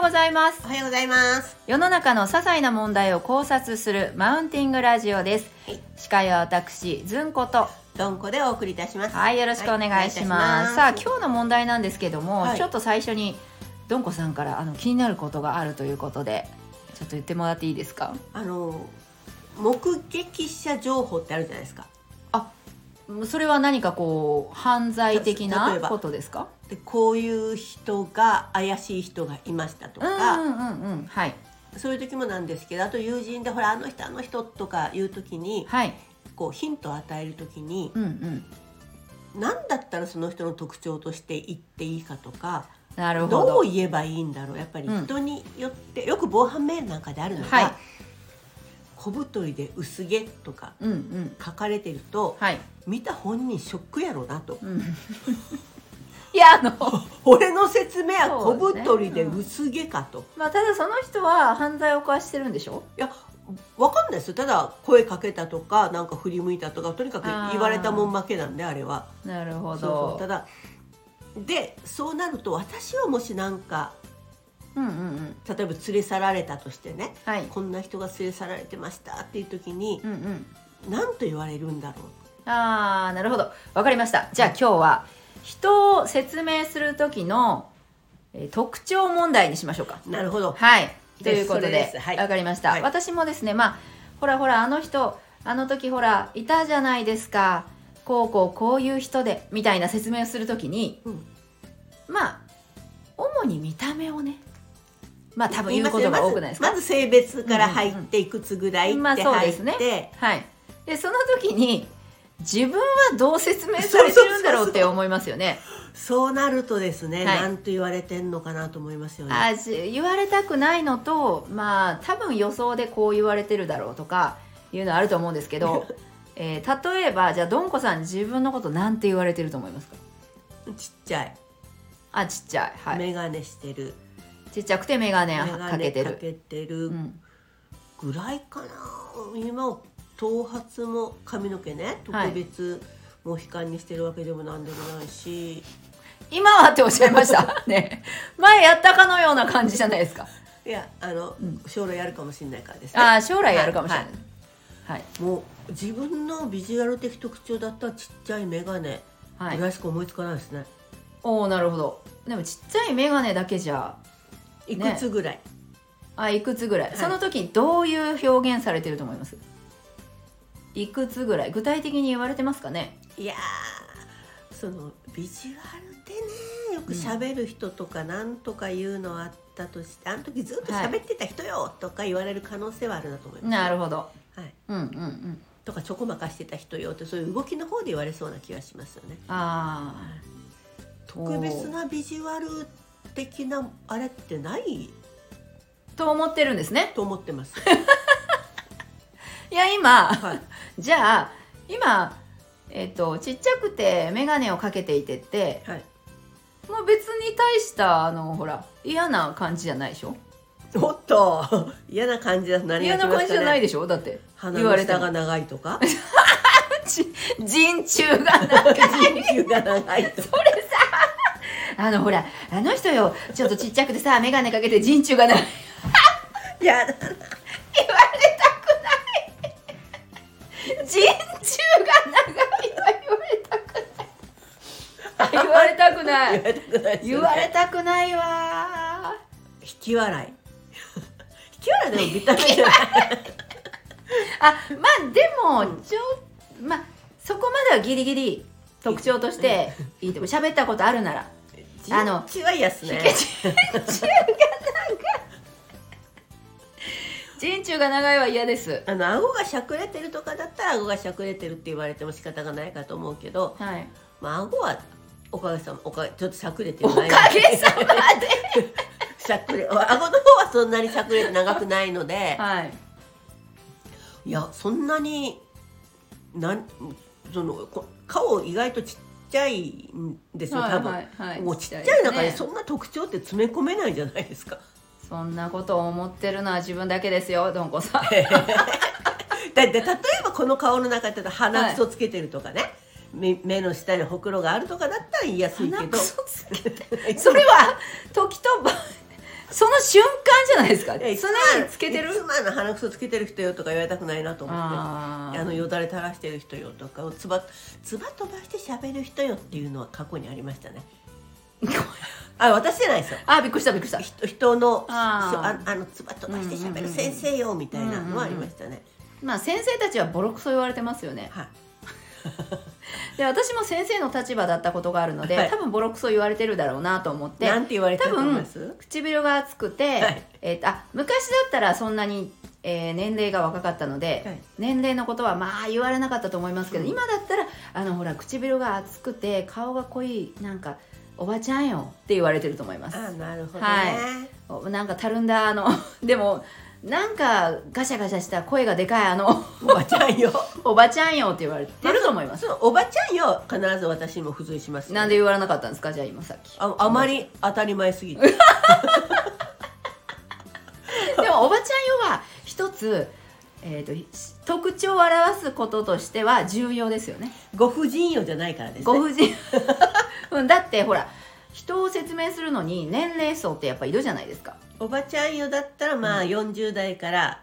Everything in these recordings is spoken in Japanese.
ございます。 おはようございます。 世の中の些細な問題を考察するマウンティングラジオです。 はい、 司会は私ずんことどんこでお送りいたします。 はい、よろしくお願いします。さあ、今日の問題なんですけども、ちょっと最初にどんこさんから気になることがあるということで、ちょっと言ってもらっていいですか？ 目撃者情報ってあるじゃないですか。 それは何かこう犯罪的なことですか？ でこういう人が怪しい人がいましたとか、 はい、 そういう時もなんですけど、あと友人でほらあの人とかいう時に、 はい、 こうヒントを与える時に、何だったらその人の特徴として言っていいかとか、 なるほど、 どう言えばいいんだろう。やっぱり人によって、よく防犯メールなんかであるのが、小太りで薄毛とか書かれてると、見た本人ショックやろなと。 いや俺の説明は小太りで薄毛かと。 ただその人は犯罪を犯してるんでしょ？ いやわかんないですよ。ただ声かけたとかなんか振り向いたとか、とにかく言われたもん負けなんで、あれは。 なるほど。 そうただでそうなると、私はもしなんか例えば連れ去られたとしてね、こんな人が連れ去られてましたっていう時に、何と言われるんだろう。 なるほど、わかりました。じゃあ今日は人を説明する時の特徴問題にしましょうか。 なるほど。 はい、ということでわかりました。私もですね、ほらあの人あの時ほらいたじゃないですか、こういう人でみたいな説明をするときに、主に見た目をね、多分言うことが多くないですか？ まず性別から入って、いくつぐらいって入って、 そうですね。はい。でその時に自分はどう説明されてるんだろうって思いますよね。 そうなるとですね、何と言われてんのかなと思いますよね。 言われたくないのと、多分予想でこう言われてるだろうとかいうのあると思うんですけど、例えばじゃあどんこさん、自分のことなんて言われてると思いますか？ ちっちゃい。 ちっちゃい。はい。 眼鏡してる。 ちっちゃくて眼鏡かけてる。 ぐらいかな。今頭髪も髪の毛ね、特別モヒカンにしてるわけでもなんでもないし、 今はっておっしゃいましたね。前やったかのような感じじゃないですか。 いや将来やるかもしれないからですね。 将来やるかもしれない。はい。 もう自分のビジュアル的特徴だったらちっちゃい眼鏡ぐらいしか思いつかないですね。 なるほど。でもちっちゃい眼鏡だけじゃいくつぐらい？ いくつぐらい。その時どういう表現されてると思います？いくつぐらい具体的に言われてますかね？ いやそのビジュアルでね、よく喋る人とかなんとかいうのあったとして、あの時ずっと喋ってた人よとか言われる可能性はあるなと思います。 なるほど。 とかちょこまかしてた人よって、そういう動きの方で言われそうな気がしますよね。特別なビジュアル的なあれってないと思ってるんですね。 と思ってます。 いや今、じゃあ今ちっちゃくて眼鏡をかけていてって、もう別に大したほら嫌な感じじゃないでしょ？ おっと嫌な感じだと何が来ますかね？ 嫌な感じじゃないでしょ？だって鼻の下が長いとか陣中が長い陣中が長いとそれさ、ほらあの人よ、ちょっとちっちゃくてさ眼鏡かけて陣中が長いやだ、 言われたくない陣中が長いは言われたくない言われたくないわ。 引き笑い引き笑いでも見た目じゃないでもそこまではギリギリ特徴としていいと思う。喋ったことあるなら。 陣中は嫌っすね。 陣中が長いは嫌です。 顎がしゃくれてるとかだったら、顎がしゃくれてるって言われても仕方がないかと思うけど、顎はおかげさま、ちょっとしゃくれてる。 おかげさまでしゃくれ、顎の方はそんなにしゃくれて長くないので、いやそんなに顔意外とちっちゃいんですよ、多分。もうちっちゃい中にそんな特徴って詰め込めないじゃないですか。 そんなことを思ってるのは自分だけですよ、どんこさん。 だって例えばこの顔の中って鼻くそつけてるとかね、目の下にほくろがあるとかだったら言いやすいけど、 それは時とその瞬間じゃないですか。常につけてる。 妻の鼻くそつけてる人よとか言われたくないなと思って、よだれ垂らしてる人よとか、つば飛ばして喋る人よっていうのは過去にありましたね。私じゃないですよ。 びっくりしたびっくりした。 人のつば飛ばして喋る先生よみたいなのはありましたね。 まあ先生たちはボロクソ言われてますよね。はい。で私も先生の立場だったことがあるので、多分ボロクソ言われてるだろうなと思って。 なんて言われてると思います？ 多分唇が厚くて、昔だったらそんなに、年齢が若かったので、年齢のことはまあ言われなかったと思いますけど、今だったらほら唇が厚くて顔が濃いなんかおばちゃんよって言われてると思います。 なるほどね。なんかたるんだでもなんかガシャガシャした声がでかいおばちゃんよおばちゃんよって言われてると思います。 おばちゃんよ必ず私も付随します、 なんで言われなかったんですか？じゃあ今さっきあまり当たり前すぎてでもおばちゃんよは一つ、特徴を表すこととしては重要ですよね。 ご婦人よじゃないからですね。 ご婦人だってほら人を説明するのに年齢層ってやっぱいるじゃないですか。 おばちゃんよだったらまあ40代から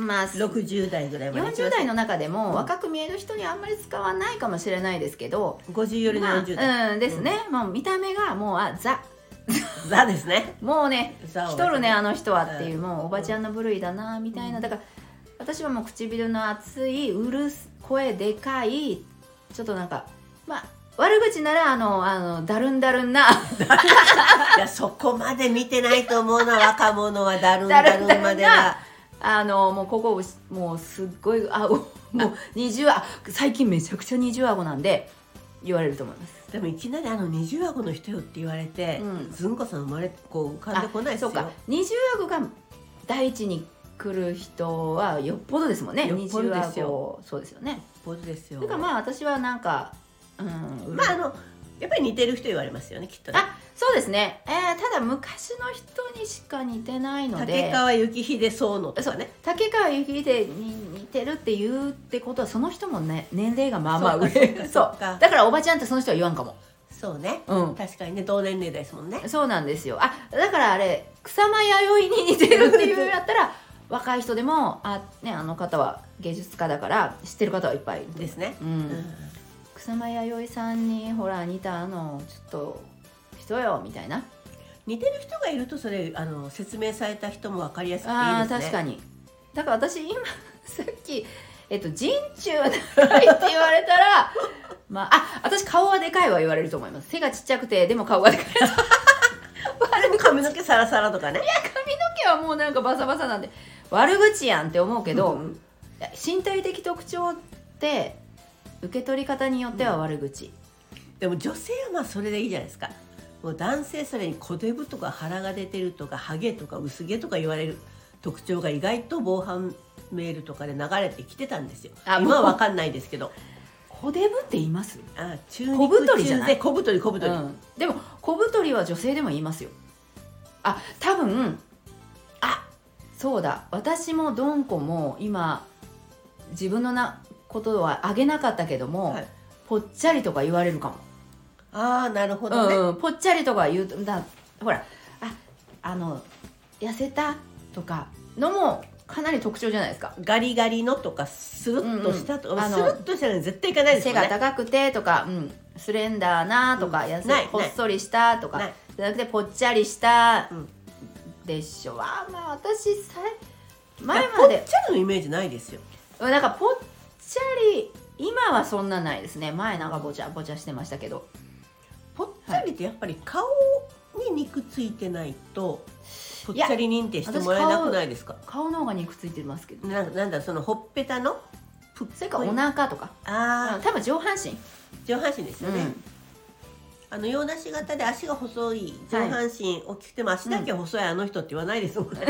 60代ぐらいまで、 40代の中でも若く見える人にはあんまり使わないかもしれないですけど、 50よりの40代、 ですね。もう見た目がもうザですね。 もうね来とるねあの人はっていう、もうおばちゃんの部類だなみたいな。だから私はもう唇の厚いうる声でかい、ちょっとなんかまあ悪口ならだるんだるんないやそこまで見てないと思うな。若者はだるんだるんまではもうここもうすっごいもう最近めちゃくちゃ二重顎なんで言われると思います。 でもいきなり二重顎の人よって言われて、ずんこさん生まれ浮かんでこないですよ。 そうか、二重顎が第一に来る人はよっぽどですもんね。二重顎そうですよね。 よっぽどですよ。 だからまあ私はなんかまあやっぱり似てる人言われますよねきっとね。 そうですね。ただ昔の人にしか似てないので、 竹川幸秀そうのとかね。 竹川幸秀に似てるって言うってことはその人もね年齢がまあまあ上。そうだからおばちゃんってその人は言わんかも。 そうね、確かにね同年齢ですもんね。 そうなんですよ。だからあれ草間彌生に似てるっていうやったら若い人でもあの方は芸術家だから知ってる方はいっぱいいるですね。 草間彌生さんにほら似たちょっと人よみたいな。 似てる人がいるとそれ説明された人も分かりやすくていいですね。 確かに。だから私今さっき人中長いって言われたらまあ私顔はでかいは言われると思います。背がちっちゃくてでも顔がでかいでも髪の毛サラサラとかね。 いや髪の毛はもうなんかバサバサなんで悪口やんって思うけど、身体的特徴って受け取り方によっては悪口、 でも女性はまあそれでいいじゃないですか。もう男性それに小デブとか腹が出てるとかハゲとか薄毛とか言われる特徴が意外と防犯メールとかで流れてきてたんですよ。今は分かんないですけど。 小デブって言います？ 小太りじゃない？小太り。 でも小太りは女性でも言いますよ。多分そうだ、私もドンコも今自分のことはあげなかったけども、ぽっちゃりとか言われるかも。 なるほどね。 ぽっちゃりとか言うほら痩せたとかのもかなり特徴じゃないですか。 ガリガリのとかスルッとしたとか、スルッとしたの絶対いかないですよね。 背が高くてとか、スレンダーなとか、ほっそりしたとかじゃなくてぽっちゃりしたでしょ。まあ私前までぽっちゃりのイメージないですよ。 なんかぽっちゃり今はそんなないですね。前なんかぼちゃぼちゃしてましたけど、 ぽっちゃりってやっぱり顔に肉ついてないとぽっちゃり認定してもらえなくないですか？ 顔の方が肉ついてますけど、 なんだそのほっぺたのそれからお腹とか多分上半身ですよね。 洋梨型で足が細い上半身大きくても足だけ細いあの人って言わないですもんね。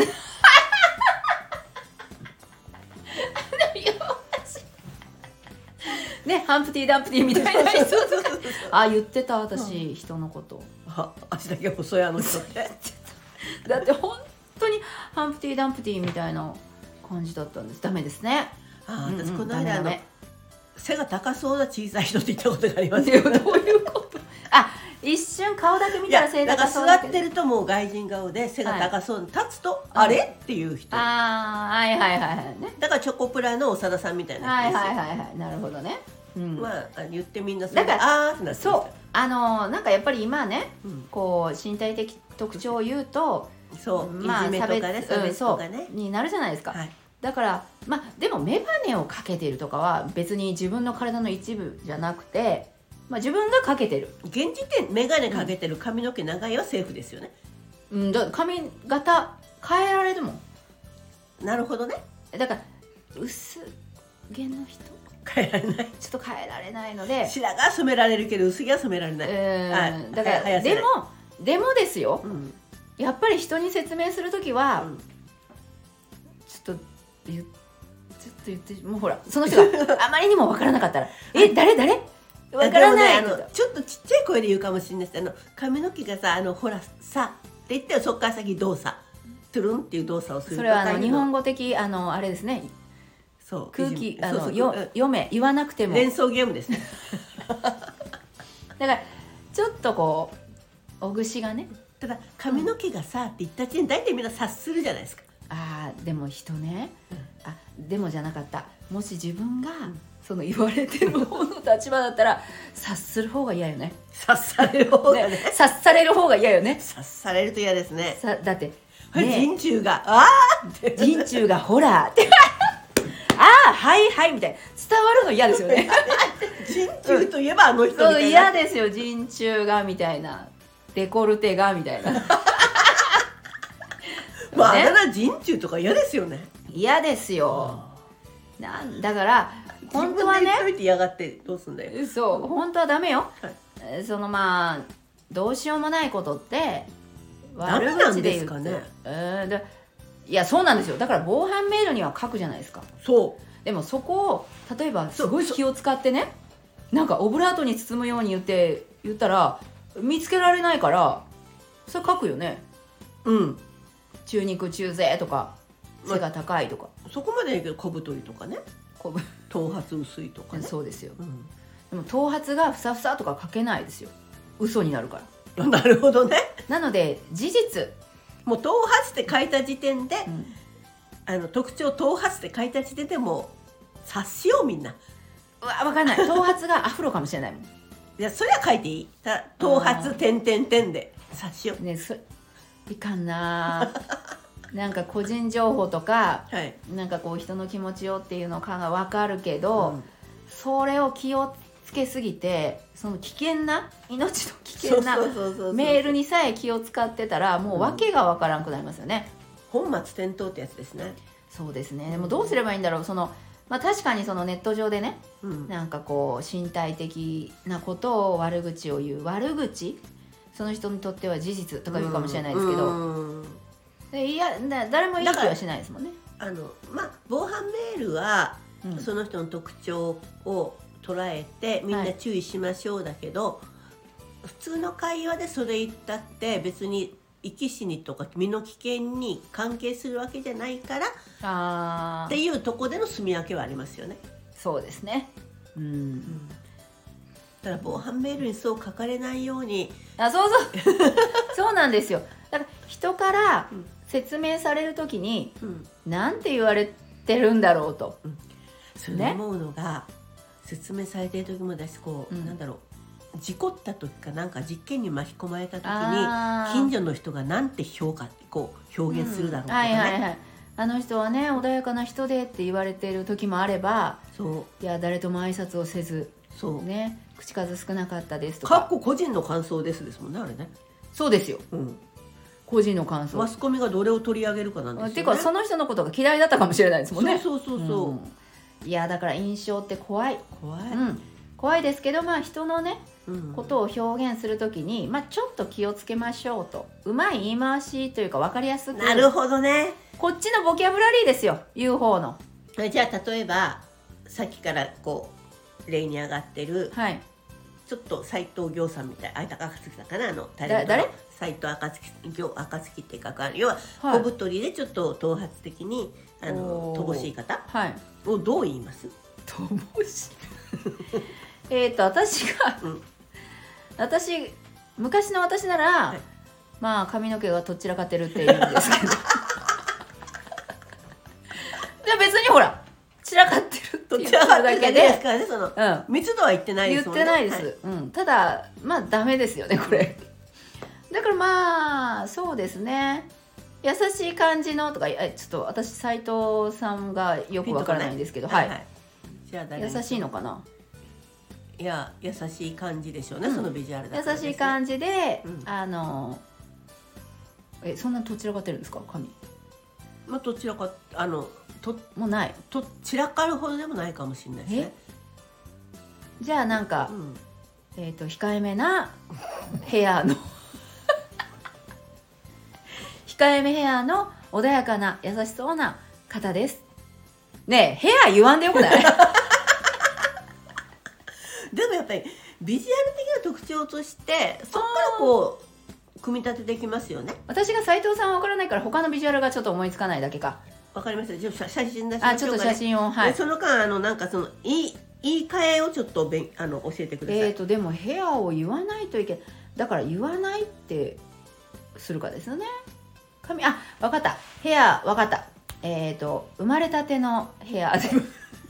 ね、ハンプティ・ダンプティみたいな人とか言ってた私、人のこと足だけ細いあの人ってだって本当にハンプティ・ダンプティみたいな感じだったんです。ダメですね。 私この間背が高そうな小さい人って言ったことがありますよ。 どういうこと？ 一瞬顔だけ見たら背高そうだから座ってるともう外人顔で背が高そうに立つと、あれっていう人。 はいはいはいはいね。 だからチョコプラの長田さんみたいな人ですよ。はいはいはいはい、なるほどね。 まあ言ってみんなそれであーってなってました。 そうなんかやっぱり今ね、こう身体的特徴を言うと、 そういじめとかね、差別とかねになるじゃないですか。だからまあでも眼鏡をかけているとかは別に自分の体の一部じゃなくて、まあ自分がかけてる。 現時点眼鏡かけてる髪の毛長いはセーフですよね。 だ髪型変えられるもん。 なるほどね。 だから薄毛の人変えられない。 ちょっと変えられないので。 白髪は染められるけど薄毛は染められない。 だからでもですよ。やっぱり人に説明するときは、ちょっと言ってもうほらその人があまりにも分からなかったら誰分からない、 ちょっとちっちゃい声で言うかもしれないです。髪の毛がさほらさって言ってそっから先動作トゥルンっていう動作をする。 それは日本語的あれですね。そう空気読め言わなくても連想ゲームですね。 だからちょっとこうおぐしがね。 ただ髪の毛がさって言った時に大体みんな察するじゃないですか。 でも人ね、でもじゃなかった。もし自分がその言われてる方の立場だったら察する方が嫌よね。 察される方がね。 察される方が嫌よね。 察されると嫌ですね。 だって人中が人中がほらってはいはいみたいな伝わるの嫌ですよね。 人中といえばあの人みたいな。 嫌ですよ人中がみたいな。デコルテがみたいな。 まああだ名人中とか嫌ですよね。 嫌ですよ。だから本当はね。 自分で言っといて嫌がってどうすんだよ。 そう本当はダメよ。まあどうしようもないことって悪口で言うね。いやそうなんですよ。だから防犯メールには書くじゃないですか。 そう。 でもそこを例えばすごい気を使ってね、なんかオブラートに包むように言ったら見つけられないからそれ書くよね。中肉中背とか背が高いとか、 そこまでいいけど小太りとかね、頭髪薄いとかね。 そうですよ。でも頭髪がふさふさとか書けないですよ。嘘になるから。 なるほどね。 なので事実もう頭髪って書いた時点で、特徴頭髪って書いた時点でもう察しようみんな。 分かんない。頭髪がアフロかもしれないもん。 いやそれは書いていい。頭髪点々点で察しよう。 ねいかんな。なんか個人情報とか、なんかこう人の気持ちよっていうのが分かるけど、それを気をつけすぎてその危険な命の危険なメールにさえ気を使ってたらもう訳が分からんくなりますよね。 本末転倒ってやつですね。 そうですね。でもどうすればいいんだろう。確かにそのネット上でね、なんかこう身体的なことを悪口を言う悪口、その人にとっては事実とか言うかもしれないですけど、いや誰もいい気はしないですもんね。 防犯メールは、その人の特徴を捉えてみんな注意しましょうだけど、普通の会話でそれ言ったって別に生き死にとか身の危険に関係するわけじゃないからっていうところでの住み分けはありますよね。 そうですね。 だから防犯メールにそう書かれないように。 そうなんですよ。だから人から説明される時に、なんて言われてるんだろうと、 それ思うのが、説明されてる時もだしなんだろう、事故った時かなんか実験に巻き込まれた時に近所の人がなんて表現するだろうとかね。 あの人はね穏やかな人でって言われてる時もあれば、いや誰とも挨拶をせずね口数少なかったですとか。 個人の感想ですもんねあれね。 そうですよ。個人の感想。 マスコミがどれを取り上げるかなんですよね。 てかその人のことが嫌いだったかもしれないですもんね。 そういやだから印象って怖い。怖いですけど人のねことを表現するときにちょっと気をつけましょうと。うまい言い回しというか分かりやすく。 なるほどね。 こっちのボキャブラリーですよ言う方の。 じゃあ例えばさっきから例に上がってる、ちょっと斎藤行さんみたいな赤槻さんかな誰？ 斎藤赤槻って書かれる要は小太りでちょっと頭髪的に乏しい方をどう言います？ 乏しい私昔の私なら、まあ髪の毛がとっちらかってるって言うんですけどで別にほら散らかってるって言ってるだけで、 密度は言ってないですもんね。 言ってないです、ただまあダメですよねこれだからまあそうですね、優しい感じのとか、ちょっと私斉藤さんがよくわからないんですけど、じゃあ優しいのかな。 いや優しい感じでしょうね、そのビジュアルだから、優しい感じで、そんなとっちらかってるんですか髪。 まあどちらかもうないと散らかるほどでもないかもしれないですね。 じゃあなんか、控えめなヘアの控えめヘアの穏やかな優しそうな方ですね。えヘア言わんでよくないでもやっぱりビジュアル的な特徴としてそこからこう組み立ててきますよね。 私が斉藤さんは分からないから他のビジュアルがちょっと思いつかないだけか。 わかりました。じゃあ写真出しましょうかね。ちょっと写真を、 その間なんかその言い換えをちょっと教えてください。 でもヘアを言わないといけない。だから言わないってするかですよね。分かった。ヘア分かった。生まれたてのヘアで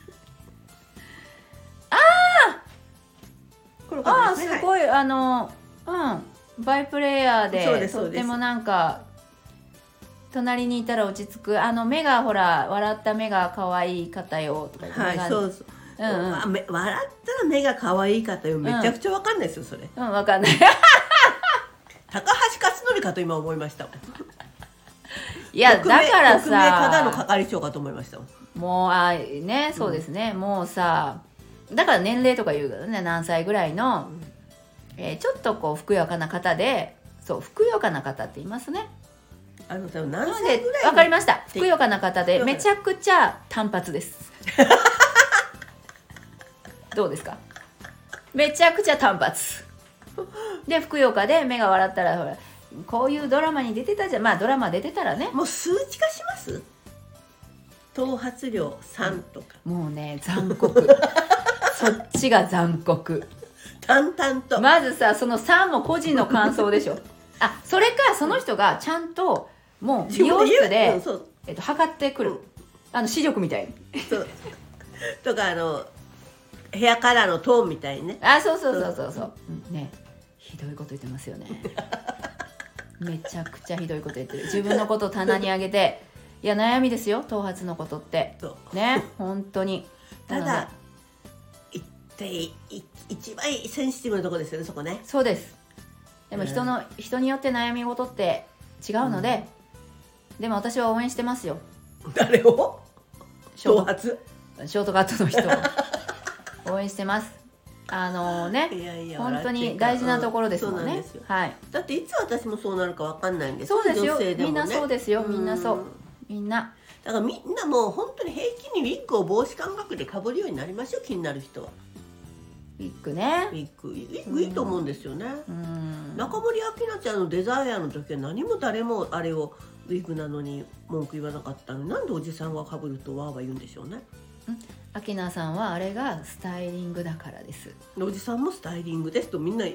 すごいバイプレイヤーでとってもなんか隣にいたら落ち着く目がほら笑った目が可愛い方よとか言って、 そうそう、笑ったら目が可愛い方よ、めちゃくちゃわかんないですよそれ。 わかんない高橋克典かと今思いましたもん。 いやだからさ、 特命課の係長かと思いましたもん。 もうね、そうですね、もうさだから年齢とか言うからね、何歳ぐらいの、ちょっとこうふくよかな方で、そうふくよかな方って言いますね。 何歳ぐらいわかりました。ふくよかな方でめちゃくちゃ単発ですどうですか。めちゃくちゃ単発でふくよかで目が笑ったらほらこういうドラマに出てたじゃん。まあドラマ出てたらね、 もう数値化します。頭髪量3とか、 もうね残酷そっちが残酷。 淡々とまずさその3も個人の感想でしょそれかその人がちゃんともう美容室で測ってくる、視力みたいにとかヘアカラーのトーンみたいにね。 そうね、ひどいこと言ってますよねめちゃくちゃひどいこと言ってる。自分のことを棚に上げていや悩みですよ頭髪のことってね本当に。 ただ一番センシティブなところですよね、そこね。 そうです。でも人によって悩み事って違うので、でも私は応援してますよ。 誰を？頭髪？ ショートカットの人を応援してます。本当に大事なところですもんね。 だっていつ私もそうなるかわかんないんですよ。そうですよ。みんなそうですよ。みんなそう。みんな。 だからみんなもう本当に平均にウィッグを帽子感覚でかぶるようになりましょう。気になる人は。 ウィッグね。 ウィッグいいと思うんですよね。中森明菜ちゃんのデザイアの時は何も誰もあれをウィッグなのに文句言わなかったのに、なんでおじさんがかぶるとわーわー言うんでしょうね。 明菜さんはあれがスタイリングだからです。 おじさんもスタイリングですとみんなもう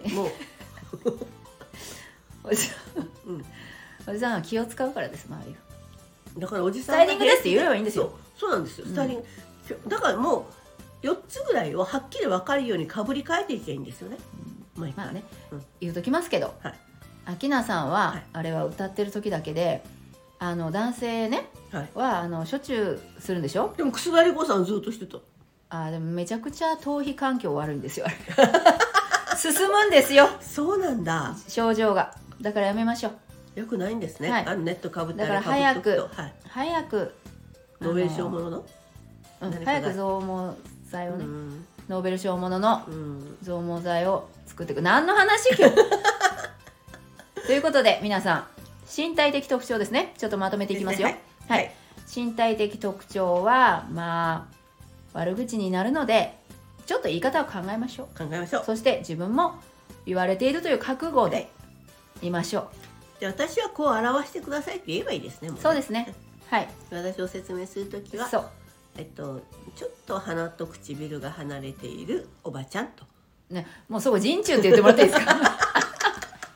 おじさんは気を使うからです。周りがだからおじさんスタイリングですって言えばいいんですよ。 そうなんですよ、スタイリング、だからもう4つぐらいをはっきり分かるようにかぶり替えていけばいいんですよね。 まあね、言うときますけど、明菜さんはあれは歌ってる時だけで、男性ねはしょっちゅうするんでしょ。 でも楠田理子さんずっとしてた。 でもめちゃくちゃ頭皮環境悪いんですよ進むんですよ。 そうなんだ。 症状が。だからやめましょう。 よくないんですね。ネットかぶったりだから早くノーベル賞ものの早く増毛剤をね、ノーベル賞ものの増毛剤を作っていく。何の話今日ということで皆さん、身体的特徴ですね。ちょっとまとめていきますよ。身体的特徴はまあ悪口になるのでちょっと言い方を考えましょう。そして自分も言われているという覚悟でいましょう。 で私はこう表してくださいって言えばいいですね。 そうですね。 私を説明するときはちょっと鼻と唇が離れているおばちゃんと、 ね、もうそこ人中って言ってもらっていいですか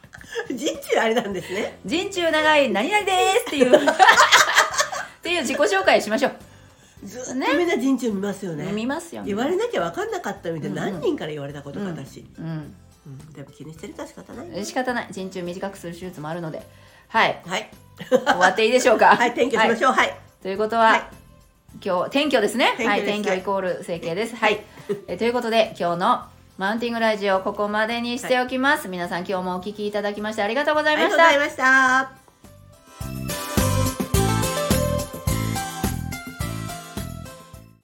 いうあれなんですね。 陣中長い何々ですっていうっていう自己紹介しましょう。 ずっとみんな陣中見ますよね。 見ますよね。 言われなきゃ分かんなかったみたいな、何人から言われたことか私。でも気にしてるから仕方ない。 仕方ない。陣中短くする手術もあるので、はいはい。 終わっていいでしょうか。 はい、転居しましょう。はい。 ということは、今日転居ですね。はい、転居イコール整形です。はい。ということで今日のマウンティングラジオここまでにしておきます。皆さん今日もお聞きいただきましてありがとうございました。 ありがとうございました。